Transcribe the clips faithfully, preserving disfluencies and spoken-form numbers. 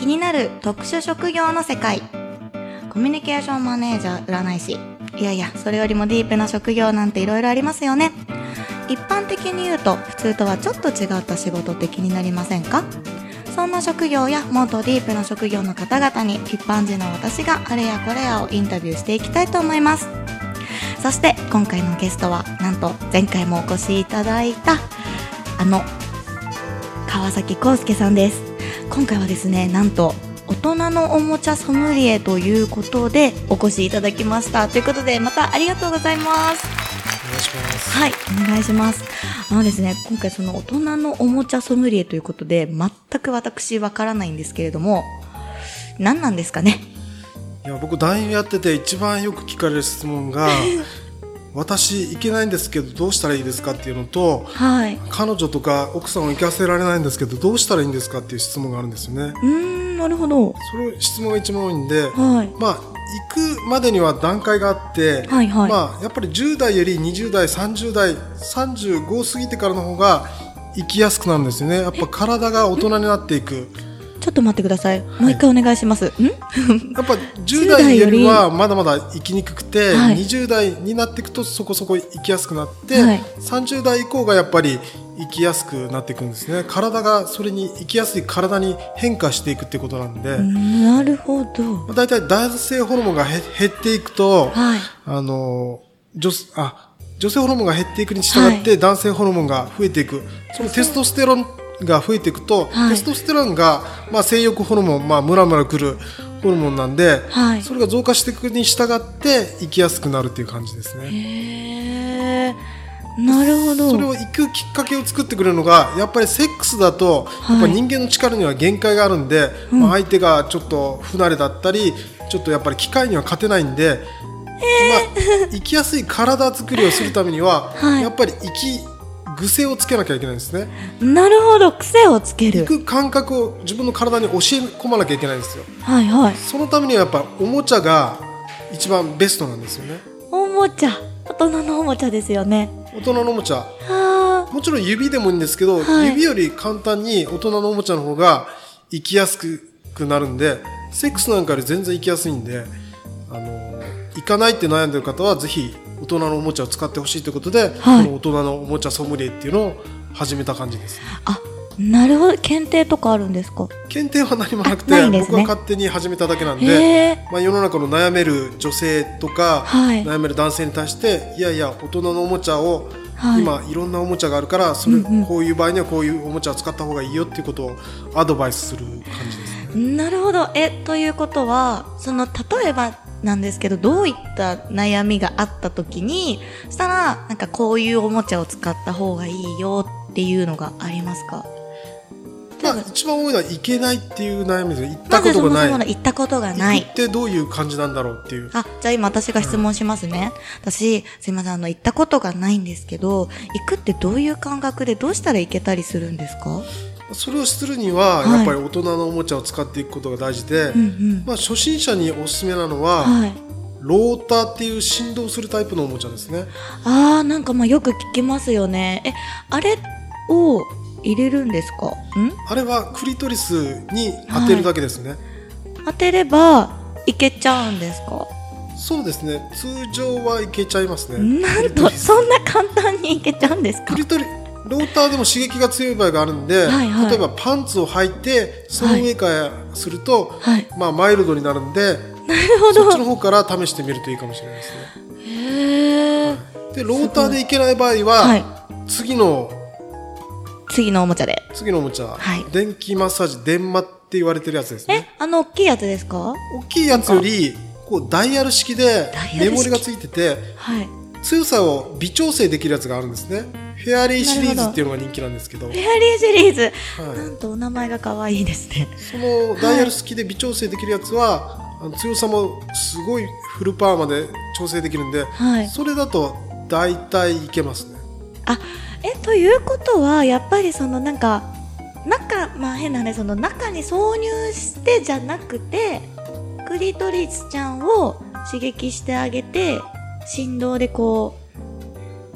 になる特殊職業の世界。コミュニケーションマネージャー、占い師。いやいや、それよりもディープな職業なんていろいろありますよね。一般的に言うと普通とはちょっと違った仕事って気になりませんか？そんな職業やもっとディープな職業の方々に一般人の私があれやこれやをインタビューしていきたいと思います。そして今回のゲストはなんと前回もお越しいただいたあの川崎康介さんです。今回はですね、なんと大人のおもちゃソムリエということでお越しいただきました。ということでまたありがとうございます。 お願いします。 はい、お願いします。あのですね、今回その大人のおもちゃソムリエということで全く私わからないんですけれども、何なんですかね？ いや、僕男優やってて一番よく聞かれる質問が私行けないんですけどどうしたらいいですかっていうのと、はい、彼女とか奥さんを行かせられないんですけどどうしたらいいんですかっていう質問があるんですよね。 うーん、なるほど。 それ質問が一番多いんで、はい、まあ行くまでには段階があって、はいはい、まあ、やっぱりじゅう代よりにじゅう代、さんじゅう代、さんじゅうご過ぎてからの方が生きやすくなるんですよね。やっぱ体が大人になっていく。 ちょっと待ってください。もう一回お願いします。はい、んやっぱじゅう代よりはまだまだ生きにくくて、はい、にじゅう代になっていくとそこそこ生きやすくなって、はい、さんじゅう代以降がやっぱり生きやすくなっていくんですね。体がそれに生きやすい体に変化していくってことなんで。 なるほど。 だいたい男性ホルモンが減っていくと、はい、あの女あ女性ホルモンが減っていくに従って男性ホルモンが増えていく、はい、そのテストステロンが増えていくと、はい、テストステロンが、まあ、性欲ホルモン、まあ、ムラムラくるホルモンなんで、はい、それが増加していくに従って生きやすくなるっていう感じですね。 へー、なるほど。 それを行くきっかけを作ってくれるのがやっぱりセックスだと、はい、やっぱ人間の力には限界があるんで、うんまあ、相手がちょっと不慣れだったりちょっとやっぱり機械には勝てないんで、まあ、生きやすい体作りをするためには、はい、やっぱり生き癖をつけなきゃいけないんですね。 なるほど、癖をつける。 行く感覚を自分の体に教え込まなきゃいけないんですよ。 はいはい。 そのためにはやっぱおもちゃが一番ベストなんですよね。 おもちゃ、大人のおもちゃですよね。 大人のおもちゃ。はもちろん指でもいいんですけど、はい、指より簡単に大人のおもちゃの方が生きやすくなるんで、セックスなんかより全然生きやすいんで、あの行かないって悩んでる方はぜひ大人のおもちゃを使ってほしいということで、はい、この大人のおもちゃソムリエっていうのを始めた感じです。 あ、なるほど。検定とかあるんですか？ 検定は何もなくて、ね、僕は勝手に始めただけなんで、まあ、世の中の悩める女性とか、はい、悩める男性に対していやいや大人のおもちゃを、はい、今いろんなおもちゃがあるからそれ、うんうん、こういう場合にはこういうおもちゃを使った方がいいよっていうことをアドバイスする感じですね。 なるほど。えということはその例えばなんですけど、どういった悩みがあった時にしたらなんかこういうおもちゃを使った方がいいよっていうのがありますか？ まあ、一番多いのは行けないっていう悩みですよ。行ったことがない。 まずそもそも行ったことがない。 行くってどういう感じなんだろうっていう。 あ、じゃあ今私が質問しますね。うん、私すいません、あの行ったことがないんですけど、行くってどういう感覚でどうしたら行けたりするんですか？ それをするには、はい、やっぱり大人のおもちゃを使っていくことが大事で、うんうんまあ、初心者におすすめなのは、はい、ローターっていう振動するタイプのおもちゃですね。 あー、なんかまあよく聞きますよね。え、あれを入れるんですか？んあれはクリトリスに当てるだけですね。はい、 当てればいけちゃうんですか？ そうですね、通常はいけちゃいますね。 なんとそんな簡単にいけちゃうんですか？ クリトリローターでも刺激が強い場合があるんで、はいはい、例えばパンツを履いてその上からすると、はいまあ、マイルドになるんで、 なるほど、 そっちの方から試してみるといいかもしれないですね。へー、はい、でローターでいけない場合は、はい、次の次のおもちゃで次のおもちゃ、はい、電気マッサージ電マって言われてるやつですね。 え、あの大きいやつですか？ 大きいやつよりこうダイヤル式でメモリがついてて、はい、強さを微調整できるやつがあるんですね。フェアリーシリーズっていうのが人気なんですけど、 フェアリーシリーズ、はい、なんとお名前が可愛いですね。 そのダイヤル式で微調整できるやつは、はい、あの強さもすごいフルパワーまで調整できるんで、はい、それだと大体いけますね。 あ、え、ということはやっぱりそのなんか中、まあ変なね、その中に挿入してじゃなくてクリトリスちゃんを刺激してあげて振動でこう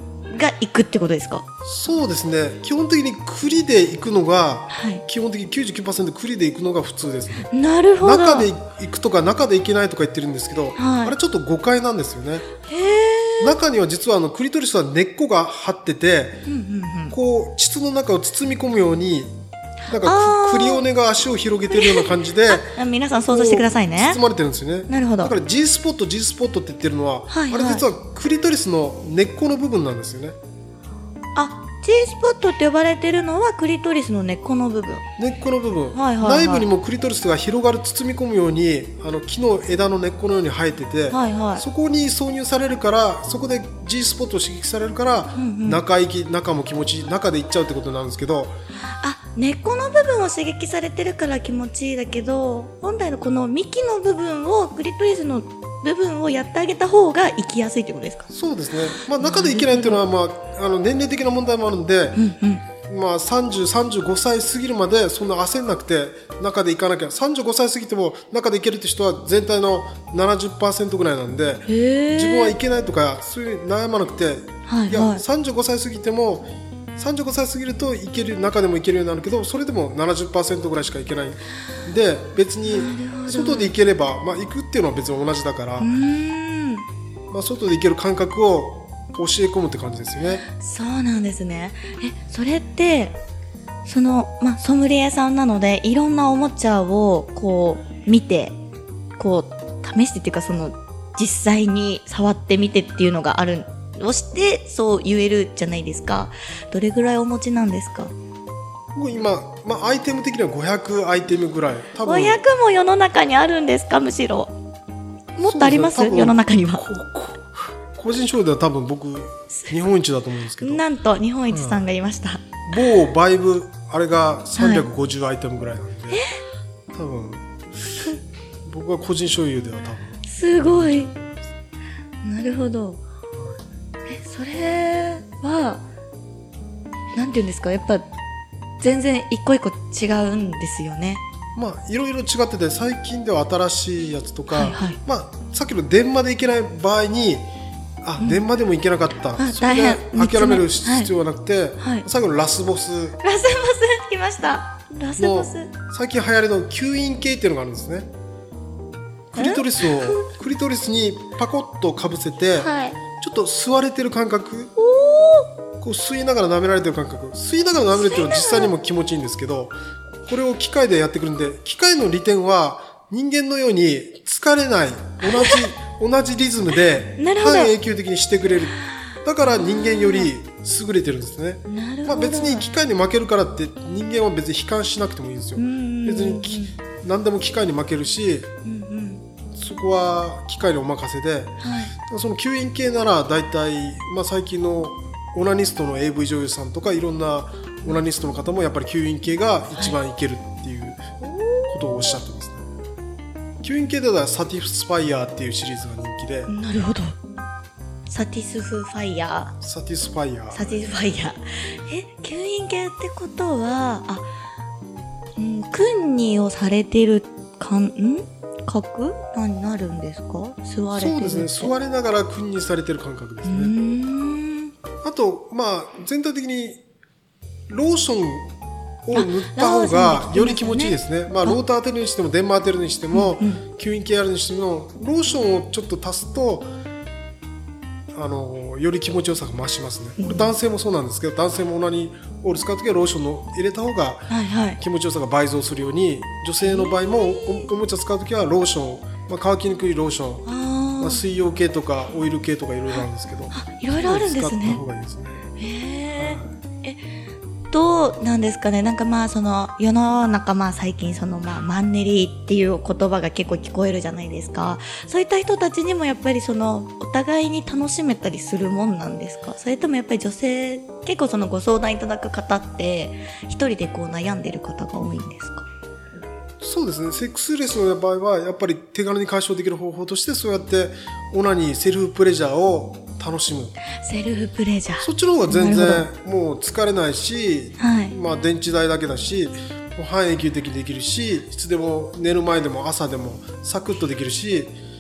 が行くってことですか？ そうですね、基本的に栗で行くのが、 はい、 基本的に きゅうじゅうきゅうパーセント 栗で行くのが普通ですね。 なるほど。 中で行くとか中で行けないとか言ってるんですけど、 はい、 あれちょっと誤解なんですよね。 へー。 中には実はあのクリトリスは根っこが張ってて、 うんうんうん、こう膣の中を包み込むようになんかクリオネが足を広げてるような感じで皆さん想像してくださいね。 包まれてるんですよね。 なるほど。 だから G スポット G スポットって言ってるのは、 はいはい、 あれ実はクリトリスの根っこの部分なんですよね。 あ、G スポットって呼ばれてるのはクリトリスの根っこの部分。 根っこの部分、 はいはいはい、 内部にもクリトリスが広がる包み込むようにあの木の枝の根っこのように生えてて、 はいはい、 そこに挿入されるからそこで G スポットを刺激されるから、うんうん、中行き中も気持ちいい中で行っちゃうってことなんですけど、 あ、根っこの部分を刺激されてるから気持ちいいだけど本来のこの幹の部分をクリトリスの部分をやってあげた方が行きやすいってことですか？ そうですね、まあ、中で行けないっていうのは、まあ、あの年齢的な問題もあるんで、うんうん、まあ、さんじゅう、さんじゅうごさい過ぎるまでそんな焦んなくて中で行かなきゃ、さんじゅうごさい過ぎても中で行けるって人は全体の ななじゅっパーセント ぐらいなんで、自分は行けないとかそういう悩まなくて、はいはい、いやさんじゅうごさい過ぎてもさんじゅうごさい過ぎると行ける中でも行けるようになるけどそれでも ななじゅっパーセント ぐらいしか行けないんで別に外で行ければ、まあ、行くっていうのは別に同じだから、うーん、まあ、外で行ける感覚を教え込むって感じですよね。 そうなんですね。え、それってその、まあ、ソムリエさんなのでいろんなおもちゃをこう見てこう試してっていうかその実際に触ってみてっていうのがあるをしてそう言えるじゃないですか。どれぐらいお持ちなんですか？ もう今、まあ、アイテム的にはごひゃくアイテムぐらい。多分ごひゃくも世の中にあるんですか？むしろもっとあります？世の中には個人商では多分僕日本一だと思うんですけどなんと日本一さんがいました、 うん、某バイブあれがさんびゃくごじゅうアイテムぐらいなんで、はい、多分僕は個人所有では多分すごい。なるほど。え、それはなんていうんですか、やっぱ全然一個一個違うんですよね。 まあいろいろ違ってて最近では新しいやつとか、はいはい、まあ、さっきの電話で行けない場合にあ、うん、電話でも行けなかった、それで諦める必要はなくて、はいはい、最後のラスボスラスボス来ました。ラスボス最近流行りの吸引系っていうのがあるんですね。クリトリスをクリトリスにパコッとかぶせて、はい、ちょっと吸われてる感覚、こう吸いながら舐められてる感覚、吸いながら舐めるっていうのは実際にも気持ちいいんですけど、これを機械でやってくるんで、機械の利点は人間のように疲れない、同じ同じリズムで半永久的にしてくれる。だから人間より優れてるんですね。まあ、別に機械に負けるからって人間は別に悲観しなくてもいいんですよ。別に何でも機械に負けるし、そこは機械にお任せで、はい、その吸引系なら大体、まあ、最近のオナニストの エーブイ 女優さんとかいろんなオナニストの方もやっぱり吸引系が一番いけるっていうことをおっしゃってますね。吸引系ではサティスファイヤーっていうシリーズが人気で。 なるほど。サティスファイヤーサティスファイヤーサティスファイヤーえ、吸引系ってことはあ、うん、訓にをされてるかんん角になるんですか？座れてる。 そうですね、座れながら訓にされてる感覚ですね。うーん、あと、まあ、全体的にローションを塗った方がより気持ちいいですね。まあ、ローター当てるにしても電話当てるにしても、うんうん、吸引系やるにしてもローションをちょっと足すとあのより気持ちよさが増しますね。これ男性もそうなんですけど、男性もオナニーオール使うときはローションを入れた方が気持ちよさが倍増するように、女性の場合も お, おもちゃ使うときはローション、まあ、乾きにくいローション、まあ、水溶系とかオイル系とかいろいろあるんですけど、 いろいろあるんですね。 使った方がいいですね。 へー、はい、えどうなんですかね。なんかまあその世の中、まあ最近そのまあマンネリっていう言葉が結構聞こえるじゃないですか。そういった人たちにもやっぱりそのお互いに楽しめたりするもんなんですか？それともやっぱり女性結構そのご相談いただく方って一人でこう悩んでる方が多いんですか？ そうですね、セックスレスの場合はやっぱり手軽に解消できる方法としてそうやってオナニーセルフプレジャーを楽しむ。 セルフプレジャー、 そっちの方が全然もう疲れないし、はい、まあ、電池代だけだしもう半永久的にできるし、いつでも寝る前でも朝でもサクッとできるし、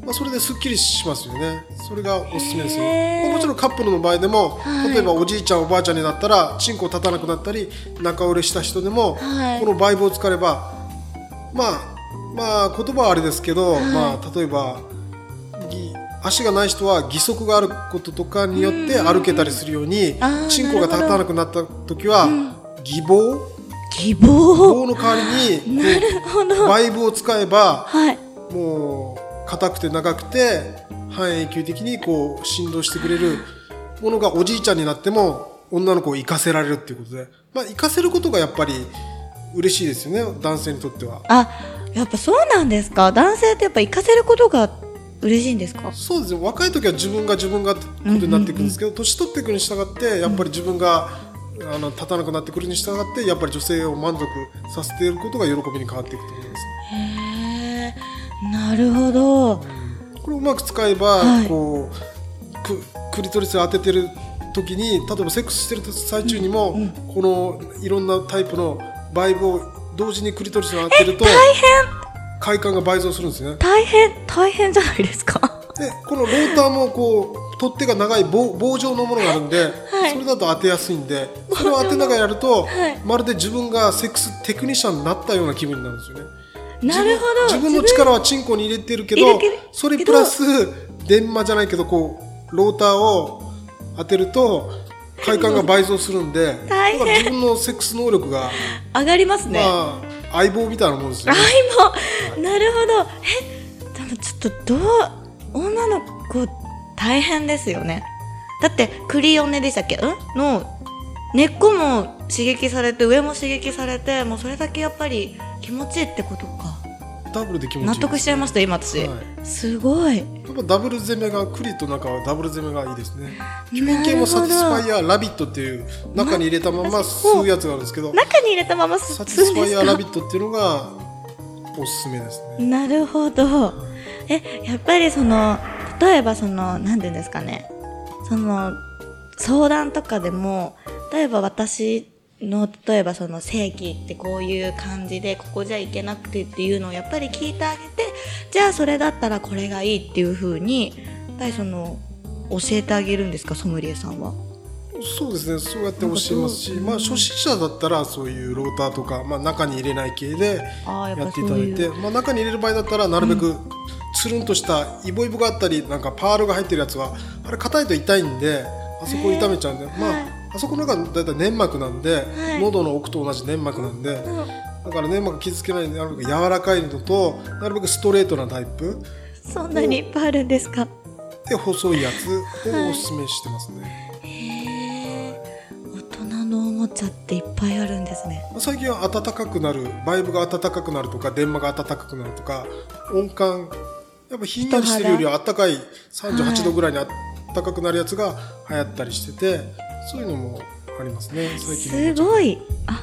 まあ、それですっきりしますよね。それがおすすめですよ。まあ、もちろんカップルの場合でも、はい、例えばおじいちゃんおばあちゃんになったらチンコ立たなくなったり仲折れした人でも、はい、このバイブを使えばまあまあ言葉はあれですけど、はい、まあ例えば足がない人は義足があることとかによって歩けたりするように、チンコが立たなくなった時は、うん、義棒義棒義棒の代わりになるほどバイブを使えば、 はい、 もう硬くて長くて半永久的にこう振動してくれるものがおじいちゃんになっても女の子を生かせられるっていうことで、まあ、生かせることがやっぱり嬉しいですよね、男性にとっては。 あ、やっぱそうなんですか。男性ってやっぱ生かせることが嬉しいんですか。 そうですね。若い時は自分が自分がってことになっていくんですけど、うんうんうん、年取っていくに従ってやっぱり自分が、うん、あの立たなくなってくるに従ってやっぱり女性を満足させていることが喜びに変わっていくと思います。 へー、なるほど、うん、 これをうまく使えば、はい、こう ク, クリトリスを当ててる時に例えばセックスしてる最中にも、うんうん、このいろんなタイプのバイブを同時にクリトリスに当てると大変快感が倍増するんですね。 大変大変じゃないですか。 でこのローターもこう取っ手が長い 棒, 棒状のものがあるんで、はい、それだと当てやすいんで、それを当てながらやると、はい、まるで自分がセックステクニシャンになったような気分になるんですよね。 なるほど。 自分の力はチンコに入れてるけど、それプラス電マじゃないけどこうローターを当てると快感が倍増するんで、だから自分のセックス能力が上がりますね。 まあ相棒みたいなもんですよね。 相棒、なるほど。え、でもちょっとどう女の子大変ですよね。だってクリオネでしたっけ、うんの根っこも刺激されて上も刺激されて、もうそれだけやっぱり気持ちいいってことか。 ダブルで気持ちいいです、ね、 納得しちゃいました今私、はい、すごい。 やっぱダブル攻めがクリと中はダブル攻めがいいですね。キメン系もサティスファイアーラビットっていう中に入れたまま吸うやつがあるんですけど、 中に入れたまま吸うんですか。 サティスファイアーラビットっていうのがおすすめですね。 なるほど。え、やっぱりその例えばその何て言うんですかね、その相談とかでも例えば私の例えばその性器ってこういう感じでここじゃいけなくてっていうのをやっぱり聞いてあげて、じゃあそれだったらこれがいいっていう風にやっぱりその教えてあげるんですか、ソムリエさんは。 そうですね、そうやって教えますし、まあ、初心者だったらそういうローターとか、まあ、中に入れない系でやっていただいて、まあ、中に入れる場合だったらなるべくつるんとしたイボイボがあったりなんかパールが入ってるやつはあれ硬いと痛いんであそこを痛めちゃうんで、まあ、あそこの中だいたい粘膜なんで、はい、喉の奥と同じ粘膜なんで、うん、だから粘膜傷つけないでなるべく柔らかいのとなるべくストレートなタイプ。 そんなにいっぱいあるんですか。 で細いやつをおすすめしてますね。 はい、へー、大人のおもちゃっていっぱいあるんですね。 最近は暖かくなる、バイブが暖かくなるとか電マが暖かくなるとか、温感やっぱひんやりしてるよりは暖かいさんじゅうはちどぐらいに暖かくなるやつが流行ったりしてて、そういうのもありますね最近。 すごい。あ、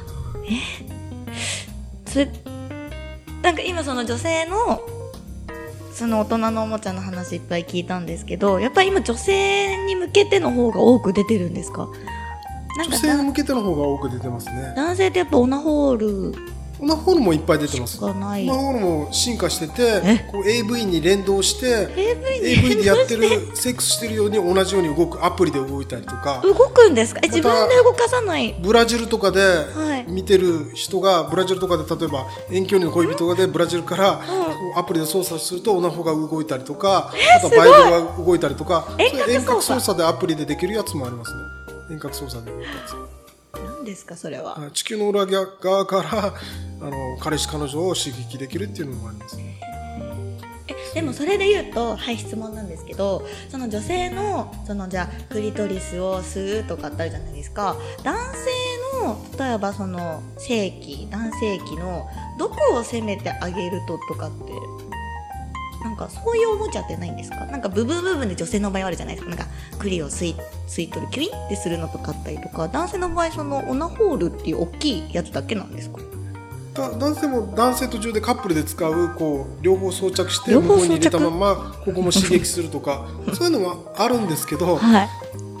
えそれなんか今その女性のその大人のおもちゃの話いっぱい聞いたんですけど、やっぱり今女性に向けての方が多く出てるんですか。 なんか女性に向けての方が多く出てますね。 男性ってやっぱオナホールオナホールもいっぱい出てます。オナホールも進化しててこう エーブイ に連動して エーブイ エーブイ でやってるセックスしてるように同じように動くアプリで動いたりとか。 動くんですか。え、自分で動かさない。 ブラジルとかで見てる人が、はい、ブラジルとかで例えば遠距離の恋人とかでブラジルからアプリで操作するとオナホが動いたりとか、あとバイブが動いたりとか、遠隔操作でアプリでできるやつもありますね。遠隔操作で動くやつ。 何ですかそれは。 地球の裏側からあの彼氏彼女を刺激できるっていうのもありますね。 えでもそれで言うと、はい、質問なんですけど、その女性のそのじゃあクリトリスを吸うとかってあるじゃないですか。男性の例えばその性器男性器のどこを攻めてあげるととかってなんかそういうおもちゃってないんですか。なんか部分部分で女性の場合あるじゃないですか。なんかクリを吸い吸い取るキュインってするのとかあったりとか、男性の場合そのオナホールっていう大きいやつだけなんですか。 男性も男性途中でカップルで使うこう両方装着して向こうに入れたままここも刺激するとかそういうのもあるんですけど、はい、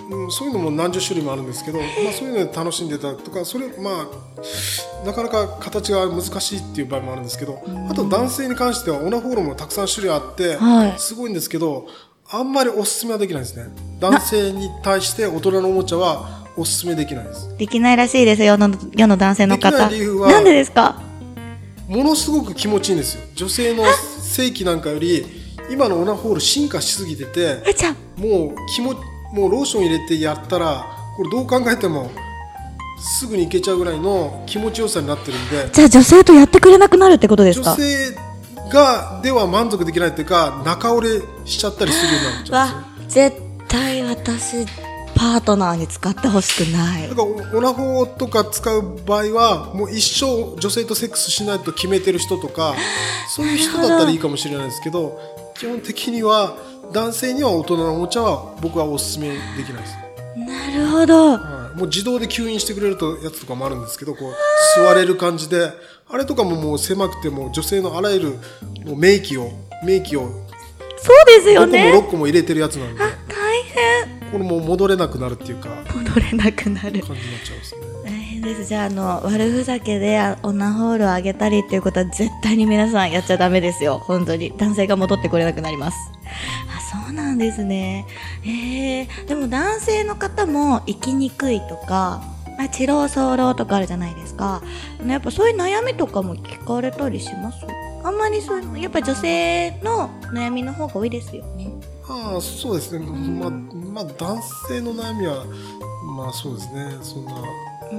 うん、そういうのも何十種類もあるんですけど、まあ、そういうので楽しんでいただくとか、それ、まあ、なかなか形が難しいっていう場合もあるんですけど、あと男性に関してはオナホールもたくさん種類あって、はい、すごいんですけど、あんまりおすすめはできないですね。男性に対して大人のおもちゃはおすすめできないです。 できないらしいですよ、世の、世の男性の方。できない理由は、なんでですか？ ものすごく気持ちいいんですよ。女性の性器なんかより今のオナホール進化しすぎてて、もう気ももうローション入れてやったら、これどう考えてもすぐにいけちゃうぐらいの気持ちよさになってるんで。 じゃあ女性とやってくれなくなるってことですか？ 女性がでは満足できないっていうか、中折れしちゃったりするようになっちゃうんですよ。 絶対私パートナーに使ってほしくない。 だからオナホとか使う場合はもう一生女性とセックスしないと決めてる人とか、そういう人だったらいいかもしれないですけど、基本的には男性には大人のおもちゃは僕はおすすめできないです。 なるほど、 はい、もう自動で吸引してくれるとやつとかもあるんですけど、こう座れる感じで、あれとかももう狭くても女性のあらゆるもう名器を名器をそうですよね、 ごこもろっこも入れてるやつなんで、 あ、大変。 これもう戻れなくなるっていうか、 戻れなくなる感じになっちゃうんですね。 大変です。じゃあ、あの悪ふざけでオナホールをあげたりっていうことは絶対に皆さんやっちゃダメですよ。本当に男性が戻ってこれなくなります。あ、そうなんですね。えー、でも男性の方も生きにくいとか、まあ、治療早漏とかあるじゃないですか。やっぱそういう悩みとかも聞かれたりします？あんまりそういうのやっぱ女性の悩みの方が多いですよね。 ああ、そうですね、まあ、まあ男性の悩みはまあそうですね、そんな、 うーん、うん、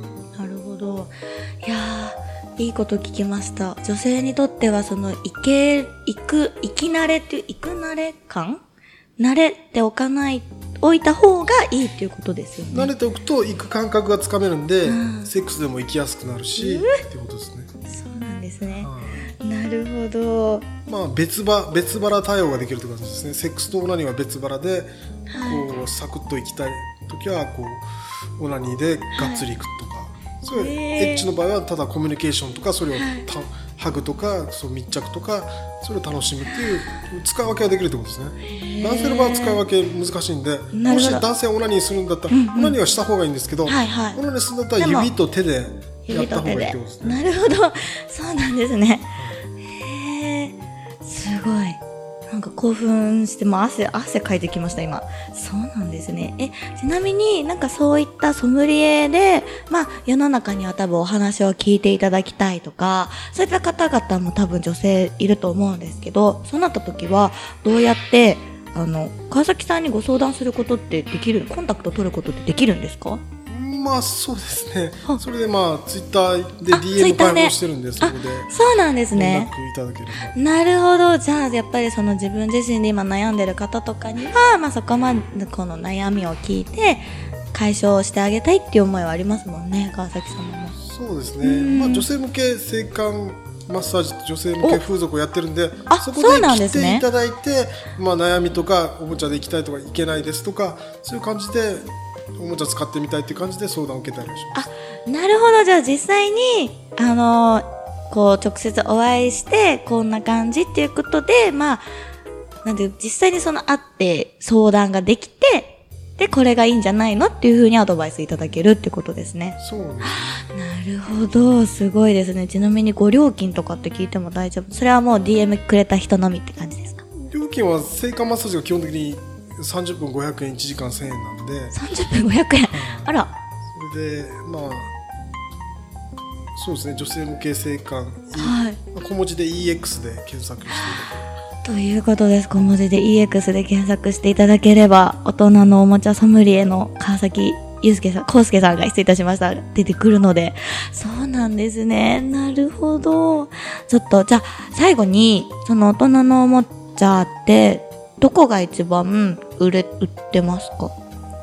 なるほど。いやー、いいこと聞きました。女性にとってはその生け行く生き慣れっていう行く慣れ感慣れておかない置いた方がいいっていうことですよね。 慣れておくと行く感覚がつかめるんで、うん、セックスでも行きやすくなるし、うん、っていうことですね。 そうなんですね、はあ、なるほど。 まあ別場別腹対応ができるという感じですね。セックスとオナニーは別腹で、はい、こうサクッと行きたい時はこうオナニーでがっつり行くとか、はい、そういうエッチの場合はただコミュニケーションとか、それを、はい、ハグとかそう密着とかそれを楽しむっていう使い分けができるってことですね。男性の場合は使い分け難しいんで、もし男性はオナニーするんだったら、うんうん、オナニーはした方がいいんですけど、はいはい、オナニーするんだったら指と手でやった方がいいってことですね。 なるほど、そうなんですね。へー、すごい。なんか興奮しても汗汗かいてきました今。そうなんですね。え、ちなみになんかそういったソムリエで、まあ世の中には多分お話を聞いていただきたいとか、そういった方々も多分女性いると思うんですけど、そうなった時はどうやってあの川崎さんにご相談することってできる、コンタクト取ることってできるんですか？ まあそうですね。それでまあツイッターで ディーエム 開放してるんで、そこでそうなんですね。 連絡いただければ。 なるほど。じゃあやっぱりその自分自身で今悩んでる方とかには、まあそこまでこの悩みを聞いて解消してあげたいっていう思いはありますもんね、川崎様も。 そうですね。まあ女性向け性感マッサージ、女性向け風俗をやってるんで、そこで来ていただいて、まあ悩みとかおもちゃで行きたいとか行けないですとか、そういう感じでおもちゃ使ってみたいっていう感じで相談を受けたりします。 あ、なるほど。じゃあ実際にあのこう直接お会いしてこんな感じっていうことで、まあなんで実際にその会って相談ができて、でこれがいいんじゃないのっていう風にアドバイスいただけるってことですね。 そうですね。 なるほど、すごいですね。ちなみにご料金とかって聞いても大丈夫？それはもう ディーエム くれた人のみって感じですか？ 料金は性感マッサージが基本的にさんじゅっぷんごひゃくえん、いちじかんせんえんなんで、 さんじゅっぷんごひゃくえん、あら。 それでまあそうですね、女性向け性感、 はい、 小文字で イーエックス で検索していただくということです。小文字で イーエックス で検索していただければ、大人のおもちゃソムリエの川崎祐介さん、康介さんが失礼いたしました、出てくるので。そうなんですね。なるほど。ちょっとじゃあ最後に、その大人のおもちゃってどこが一番売れ売ってますか？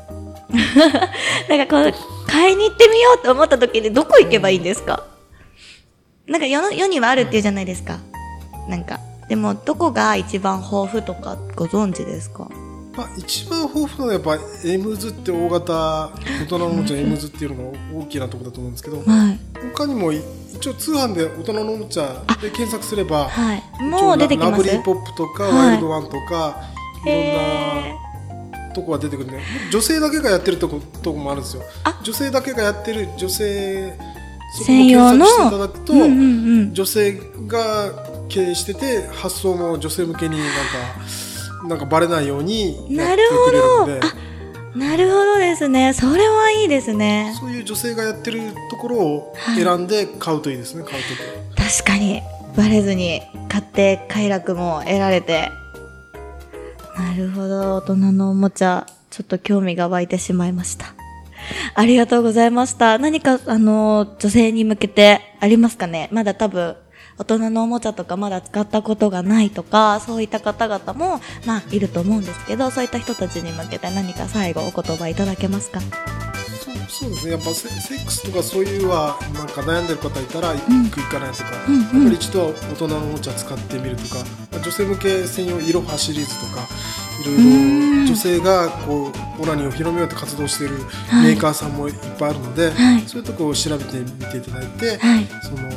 なんかこう買いに行ってみようと思った時にどこ行けばいいんですか？なんか 世, 世にはあるっていうじゃないですか。なんかでもどこが一番豊富とかご存知ですか？ まあ、一番豊富なのはやっぱエムズって大型大人のおもちゃエムズっていうのが大きなところだと思うんですけど、はい、他にも一応通販で大人のおもちゃで検索すれば、 はい、もう出てきます。 ラブリーポップとか、はい、ワイルドワンとかいろんなとこが出てくるね。女性だけがやってるとことこもあるんですよ。女性だけがやってる女性専用のそこも検索していただくと、 うんうんうん、 女性が経営してて発送も女性向けになんかなんかバレないようにやってくれるので。 なるほどですね。それはいいですね。 そういう女性がやってるところを選んで買うといいですね、はい、買うとき。 確かにバレずに買って快楽も得られて。なるほど。大人のおもちゃちょっと興味が湧いてしまいました。ありがとうございました。何かあの女性に向けてありますかね。まだ多分大人のおもちゃとかまだ使ったことがないとか、そういった方々もまあいると思うんですけど、そういった人たちに向けて何か最後お言葉いただけますか。 そう、そうですね。やっぱ セ, セックスとかそういうはなんか悩んでる方いたら行く行かないとか、うんうんうん、やっぱり一度は大人のおもちゃ使ってみるとか、女性向け専用いろはシリーズとかいろいろ女性がこうオナニーを広めようと活動しているメーカーさんもいっぱいあるので、はい、そういうところを調べてみていただいて、はい、その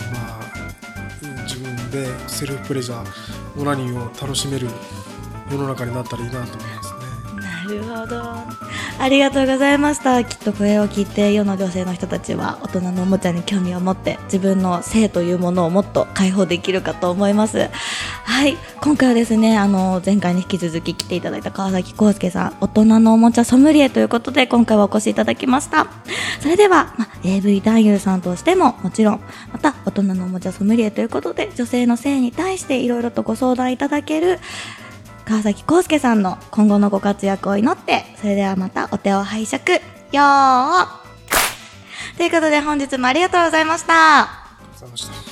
でセルフプレジャーオナニーを楽しめる世の中になったらいいなと思いますね。 なるほど、ありがとうございました。きっとこれを聞いて世の女性の人たちは大人のおもちゃに興味を持って自分の性というものをもっと解放できるかと思います。はい、今回はですね、あの前回に引き続き来ていただいた川崎康介さん、大人のおもちゃソムリエということで今回はお越しいただきました。それでは、ま、エーブイ 男優さんとしてももちろん、また大人のおもちゃソムリエということで女性の性に対していろいろとご相談いただける川崎康介さんの今後のご活躍を祈って、それではまたお手を拝借よーということで本日もありがとうございました。 ありがとうございました。